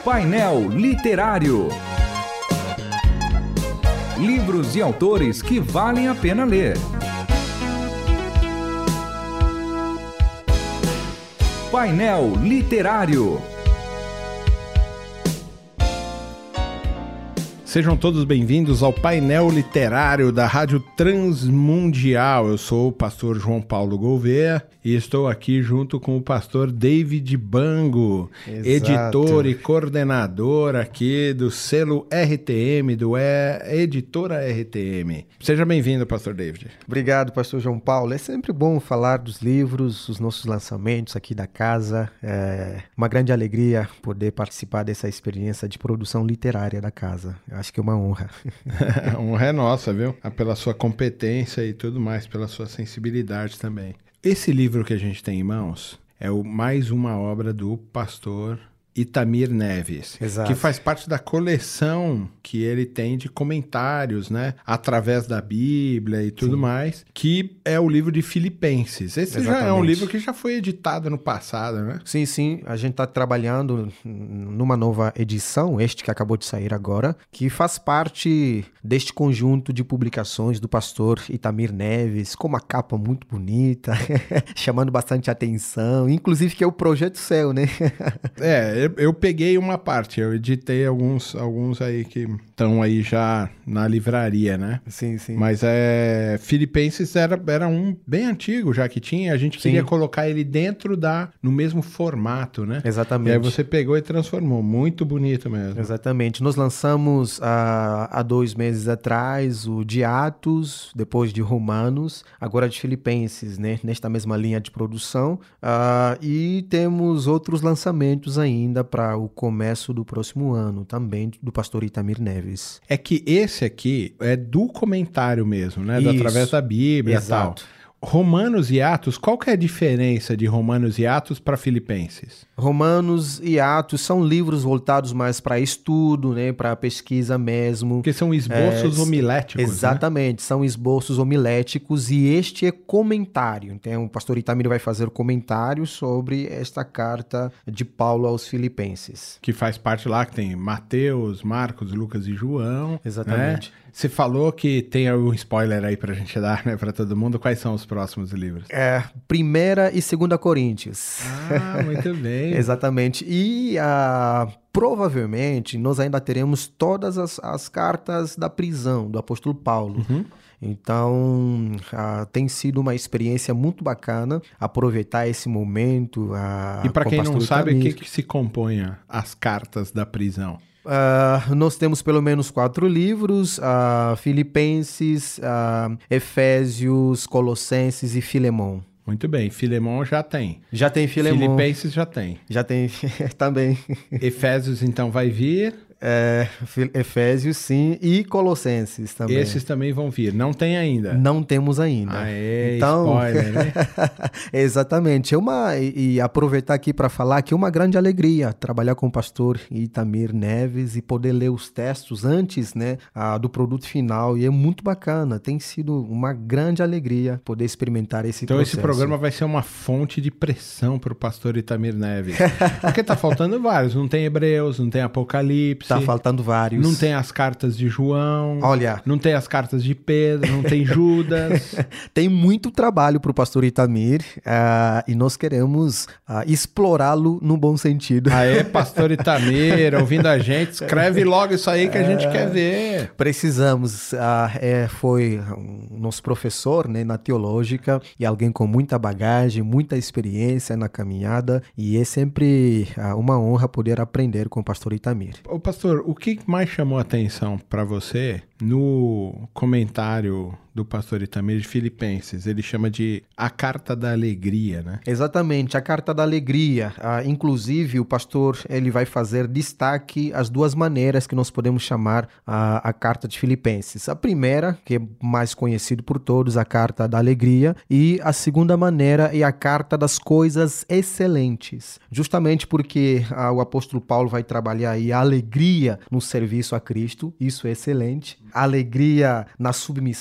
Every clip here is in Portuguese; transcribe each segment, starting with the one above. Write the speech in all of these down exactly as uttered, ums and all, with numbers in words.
Painel Literário. Livros e autores que valem a pena ler. Painel Literário. Sejam todos bem-vindos ao Painel Literário da Rádio Transmundial. Eu sou o pastor João Paulo Gouveia e estou aqui junto com o pastor David Bango, Exato. editor e coordenador aqui do selo R T M, do e... Editora R T M. Seja bem-vindo, pastor David. Obrigado, pastor João Paulo. É sempre bom falar dos livros, os nossos lançamentos aqui da casa. É uma grande alegria poder participar dessa experiência de produção literária da casa. Acho que é uma honra. A honra é nossa, viu? Pela sua competência e tudo mais, pela sua sensibilidade também. Esse livro que a gente tem em mãos é o, mais uma obra do pastor Itamir Neves, Exato. que faz parte da coleção que ele tem de comentários, né, através da Bíblia e tudo Sim. mais, que é o livro de Filipenses. Esse Exatamente. já é um livro que já foi editado no passado, né? Sim, sim. A gente está trabalhando numa nova edição, este que acabou de sair agora, que faz parte deste conjunto de publicações do pastor Itamir Neves, com uma capa muito bonita, chamando bastante atenção, inclusive que é o Projeto Céu, né? É, eu, eu peguei uma parte, eu editei alguns, alguns aí que estão aí já na livraria, né? Sim, sim. Mas é, Filipenses era, era um bem antigo já que tinha, a gente queria sim. colocar ele dentro da, no mesmo formato, né? Exatamente. E aí você pegou e transformou, muito bonito mesmo. Exatamente. Nós lançamos há, há dois meses atrás o de Atos, depois de Romanos, agora de Filipenses, né? Nesta mesma linha de produção. Uh, e temos outros lançamentos ainda para o começo do próximo ano, também do pastor Itamir Neves. É que esse aqui é do comentário mesmo, né? Do, através da Bíblia Exato. e tal. Romanos e Atos, qual que é a diferença de Romanos e Atos para Filipenses? Romanos e Atos são livros voltados mais para estudo, né, para pesquisa mesmo. Porque são esboços é, homiléticos, Exatamente, né? São esboços homiléticos e este é comentário. Então o pastor Itamir vai fazer comentário sobre esta carta de Paulo aos Filipenses. Que faz parte lá, que tem Mateus, Marcos, Lucas e João. Exatamente. Né? Você falou que tem um spoiler aí pra gente dar, né, pra todo mundo. Quais são os próximos livros? É, Primeira e Segunda Coríntios. Ah, muito bem. Exatamente. E uh, provavelmente nós ainda teremos todas as, as cartas da prisão do apóstolo Paulo. Uhum. Então, uh, tem sido uma experiência muito bacana aproveitar esse momento. Uh, e para quem não sabe, o que, que se compõe as cartas da prisão? Uh, nós temos pelo menos quatro livros, uh, Filipenses, uh, Efésios, Colossenses e Filemão. Muito bem, Filemão já tem. Já tem Filemão. Filipenses já tem. Já tem também. Efésios então vai vir. É, Efésios, sim, e Colossenses também. Esses também vão vir, não tem ainda? Não temos ainda. Aê, então, spoiler, né? Exatamente. É uma, e, e aproveitar aqui para falar que é uma grande alegria trabalhar com o pastor Itamir Neves e poder ler os textos antes, né, a, do produto final, e é muito bacana. Tem sido uma grande alegria poder experimentar esse então, processo. Então esse programa vai ser uma fonte de pressão para o pastor Itamir Neves. Porque tá faltando vários, não tem Hebreus, não tem Apocalipse. Tá faltando vários. Não tem as cartas de João. Olha. Não tem as cartas de Pedro, não tem Judas. Tem muito trabalho para o pastor Itamir uh, e nós queremos uh, explorá-lo no bom sentido. Aê, pastor Itamir, ouvindo a gente, escreve logo isso aí que a gente uh, quer ver. Precisamos. Uh, é, foi um nosso professor, né, na teológica e alguém com muita bagagem, muita experiência na caminhada, e é sempre uh, uma honra poder aprender com o pastor Itamir. O pastor Pastor, o que mais chamou a atenção para você no comentário do pastor Itamir de Filipenses? Ele chama de a carta da alegria, né? Exatamente, a carta da alegria. Ah, inclusive, o pastor ele vai fazer destaque as duas maneiras que nós podemos chamar a, a carta de Filipenses. A primeira, que é mais conhecido por todos, a carta da alegria, e a segunda maneira é a carta das coisas excelentes. Justamente porque ah, o apóstolo Paulo vai trabalhar aí a alegria no serviço a Cristo, isso é excelente. A alegria na submissão a Cristo,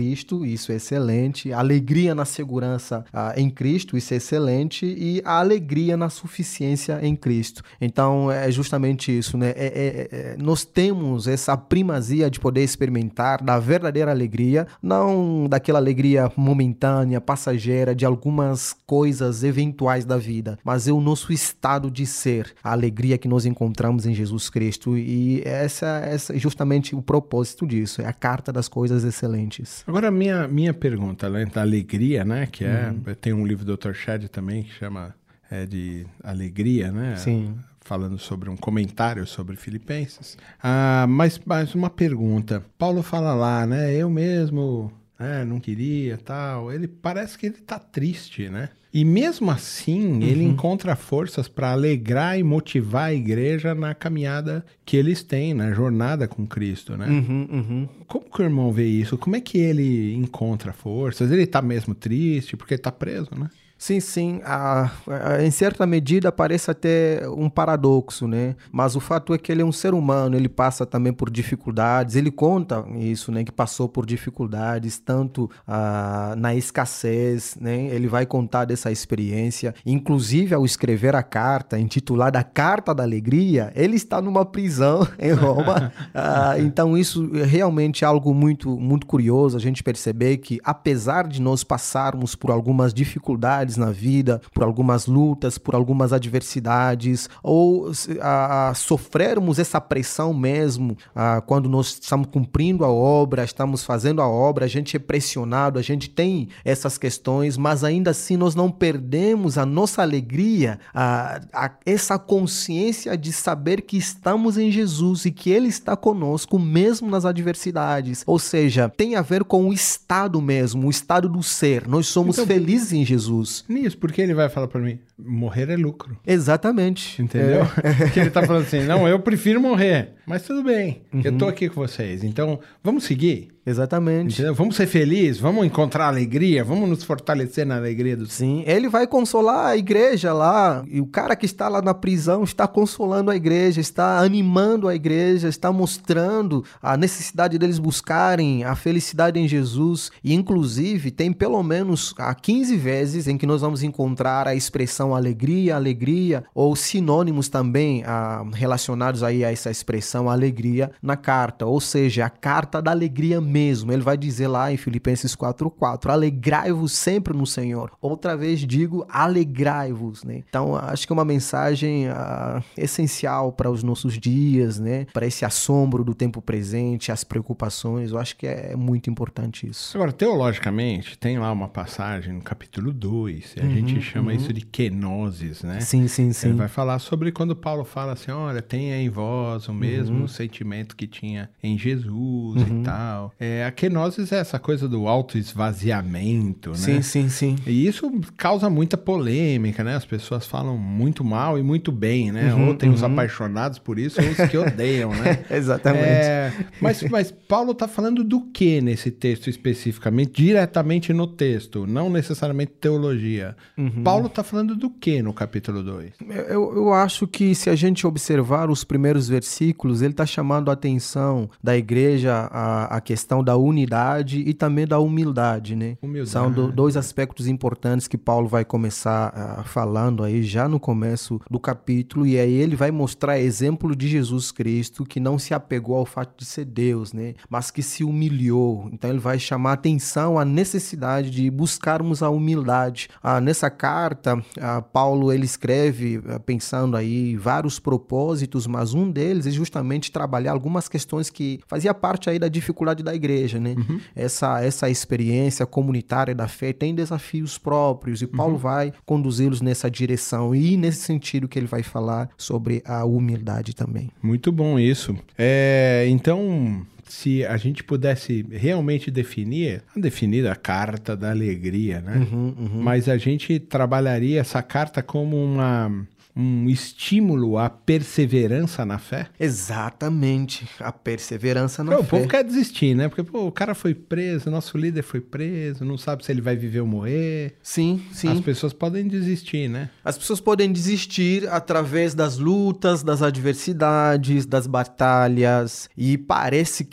Cristo, isso é excelente. A alegria na segurança uh, em Cristo, isso é excelente. E a alegria na suficiência em Cristo. Então, é justamente isso, né? É, é, é, nós temos essa primazia de poder experimentar da verdadeira alegria, não daquela alegria momentânea, passageira, de algumas coisas eventuais da vida, mas é o nosso estado de ser, a alegria que nós encontramos em Jesus Cristo. E essa, essa é justamente o propósito disso, é a carta das coisas excelentes. Agora, a minha, minha pergunta, além da alegria, né, que é, uhum. tem um livro do doutor Shedd também que chama é, de Alegria, né? Sim. Falando sobre um comentário sobre Filipenses. Ah, mas, mas uma pergunta, Paulo fala lá, né, eu mesmo... É, não queria, tal. Ele parece que ele tá triste, né? E mesmo assim, uhum. ele encontra forças para alegrar e motivar a igreja na caminhada que eles têm, na jornada com Cristo, né? Uhum, uhum. Como que o irmão vê isso? Como é que ele encontra forças? Ele tá mesmo triste porque ele tá preso, né? Sim, sim. Ah, em certa medida parece até um paradoxo, né? Mas o fato é que ele é um ser humano, ele passa também por dificuldades, ele conta isso, né? Que passou por dificuldades, tanto ah, na escassez, né? Ele vai contar dessa experiência. Inclusive, ao escrever a carta, intitulada Carta da Alegria, ele está numa prisão em Roma. ah, então, isso é realmente algo muito, muito curioso, a gente perceber que, apesar de nós passarmos por algumas dificuldades na vida, por algumas lutas, por algumas adversidades, ou a, sofrermos essa pressão mesmo, a, quando nós estamos cumprindo a obra, estamos fazendo a obra, a gente é pressionado, a gente tem essas questões, mas ainda assim nós não perdemos a nossa alegria, a, a, essa consciência de saber que estamos em Jesus e que Ele está conosco mesmo nas adversidades. Ou seja, tem a ver com o estado mesmo, o estado do ser. Nós somos então, felizes em Jesus. Nisso, porque ele vai falar para mim, morrer é lucro. Exatamente. Entendeu? É. Porque ele tá falando assim, não, eu prefiro morrer, mas tudo bem, uhum. eu tô aqui com vocês, então vamos seguir. Exatamente. Entendeu? Vamos ser felizes, vamos encontrar alegria, vamos nos fortalecer na alegria do Senhor. Sim, ele vai consolar a igreja lá, e o cara que está lá na prisão está consolando a igreja, está animando a igreja, está mostrando a necessidade deles buscarem a felicidade em Jesus, e inclusive tem pelo menos quinze vezes em que nós vamos encontrar a expressão alegria, alegria, ou sinônimos também ah, relacionados aí a essa expressão alegria na carta, ou seja, a carta da alegria mesmo. Ele vai dizer lá em Filipenses quatro quatro, alegrai-vos sempre no Senhor. Outra vez digo, alegrai-vos, né? Então, acho que é uma mensagem uh, essencial para os nossos dias, né? Para esse assombro do tempo presente, as preocupações. Eu acho que é muito importante isso. Agora, teologicamente, tem lá uma passagem no capítulo dois, e a uhum, gente chama uhum. isso de kenosis, né? Sim, sim, sim. Ele vai falar sobre quando Paulo fala assim, olha, tenha em vós o mesmo uhum. sentimento que tinha em Jesus uhum. e tal. É, a kenosis é essa coisa do auto-esvaziamento, né? Sim, sim, sim. E isso causa muita polêmica, né? As pessoas falam muito mal e muito bem, né? Uhum, ou tem uhum. os apaixonados por isso, ou os que odeiam, né? Exatamente. É, mas, mas Paulo está falando do que nesse texto especificamente? Diretamente no texto, não necessariamente teologia. Uhum. Paulo está falando do que no capítulo dois? Eu, eu acho que se a gente observar os primeiros versículos, ele está chamando a atenção da igreja a, a questão da unidade e também da humildade, né? Humildade. São do, dois aspectos importantes que Paulo vai começar uh, falando aí já no começo do capítulo, e aí ele vai mostrar exemplo de Jesus Cristo que não se apegou ao fato de ser Deus, né? Mas que se humilhou. Então ele vai chamar atenção à necessidade de buscarmos a humildade. Uh, nessa carta, uh, Paulo ele escreve uh, pensando aí vários propósitos, mas um deles é justamente trabalhar algumas questões que fazia parte aí da dificuldade da igreja, né? Uhum. Essa, essa experiência comunitária da fé tem desafios próprios e Paulo uhum. vai conduzi-los nessa direção e nesse sentido que ele vai falar sobre a humildade também. Muito bom isso. É, então, se a gente pudesse realmente definir, definir a carta da alegria, né? Uhum, uhum. Mas a gente trabalharia essa carta como uma... um estímulo à perseverança na fé? Exatamente, a perseverança na pô, fé. O povo quer desistir, né? Porque pô, o cara foi preso, nosso líder foi preso, não sabe se ele vai viver ou morrer. Sim, sim. As pessoas podem desistir, né? As pessoas podem desistir através das lutas, das adversidades, das batalhas, e parece que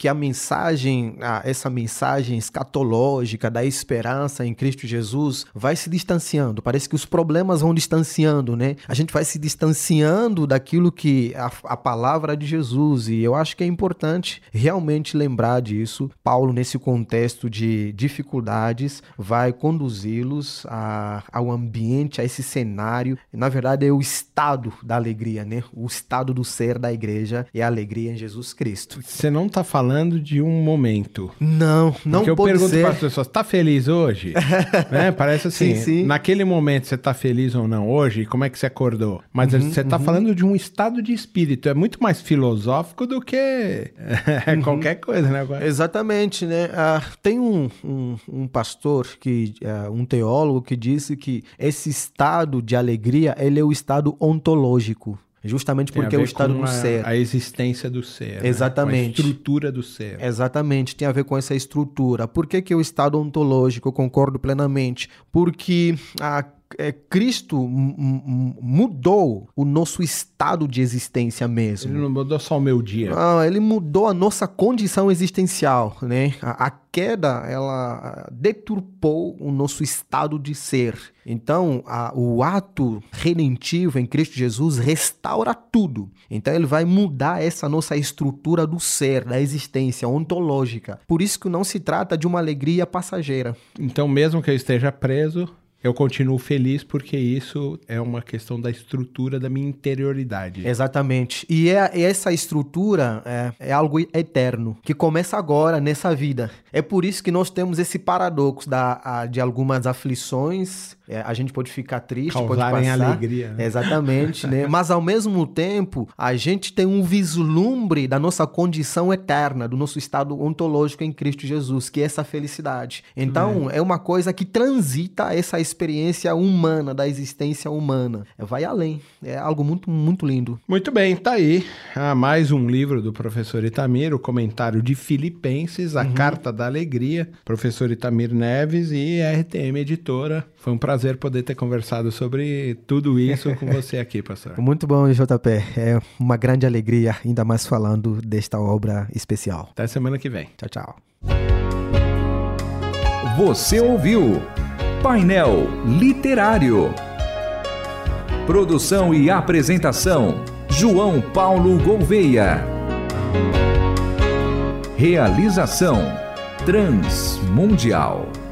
que a mensagem, essa mensagem escatológica da esperança em Cristo Jesus vai se distanciando. Parece que os problemas vão distanciando, né? A gente vai se distanciando daquilo que a, a palavra de Jesus, e eu acho que é importante realmente lembrar disso. Paulo, nesse contexto de dificuldades, vai conduzi-los a, ao ambiente, a esse cenário. Na verdade, é o estado da alegria, né? O estado do ser da igreja é a alegria em Jesus Cristo. Você não está falando de um momento. Não, não Porque pode ser. eu pergunto para as pessoas, tá feliz hoje? né? Parece assim, sim, sim. naquele momento você tá feliz ou não hoje? Como é que você acordou? Mas uhum, você tá uhum. falando de um estado de espírito. É muito mais filosófico do que uhum. qualquer coisa, né? Agora. Exatamente, né? Uh, tem um, um, um pastor, que, uh, um teólogo que disse que esse estado de alegria, ele é o estado ontológico. Justamente porque é o estado do a, ser. A existência do ser. Exatamente. Né? A estrutura do ser. Exatamente, tem a ver com essa estrutura. Por que que é o estado ontológico? Eu concordo plenamente. Porque a É, Cristo m- m- mudou o nosso estado de existência mesmo. Ele não mudou só o meu dia. Não, ele mudou a nossa condição existencial, né? A, a queda, ela deturpou o nosso estado de ser. Então, a, o ato redentivo em Cristo Jesus restaura tudo. Então, ele vai mudar essa nossa estrutura do ser, da existência ontológica. Por isso que não se trata de uma alegria passageira. Então, mesmo que eu esteja preso, eu continuo feliz porque isso é uma questão da estrutura da minha interioridade. Exatamente. E é, essa estrutura é, é algo eterno, que começa agora, nessa vida. É por isso que nós temos esse paradoxo da, a, de algumas aflições. É, a gente pode ficar triste, Causarem pode passar. alegria. Né? Exatamente, né? Mas ao mesmo tempo, a gente tem um vislumbre da nossa condição eterna, do nosso estado ontológico em Cristo Jesus, que é essa felicidade. Então, é, é uma coisa que transita essa experiência humana, da existência humana. Vai além. É algo muito, muito lindo. Muito bem, tá aí. Ah, mais um livro do professor Itamir, o comentário de Filipenses, a uhum. Carta da Alegria, professor Itamir Neves e R T M Editora. Foi um prazer poder ter conversado sobre tudo isso com você aqui, pastor. Muito bom, J P. É uma grande alegria, ainda mais falando desta obra especial. Até semana que vem. Tchau, tchau. Você ouviu Painel Literário. Produção e apresentação, João Paulo Gouveia. Realização, Transmundial.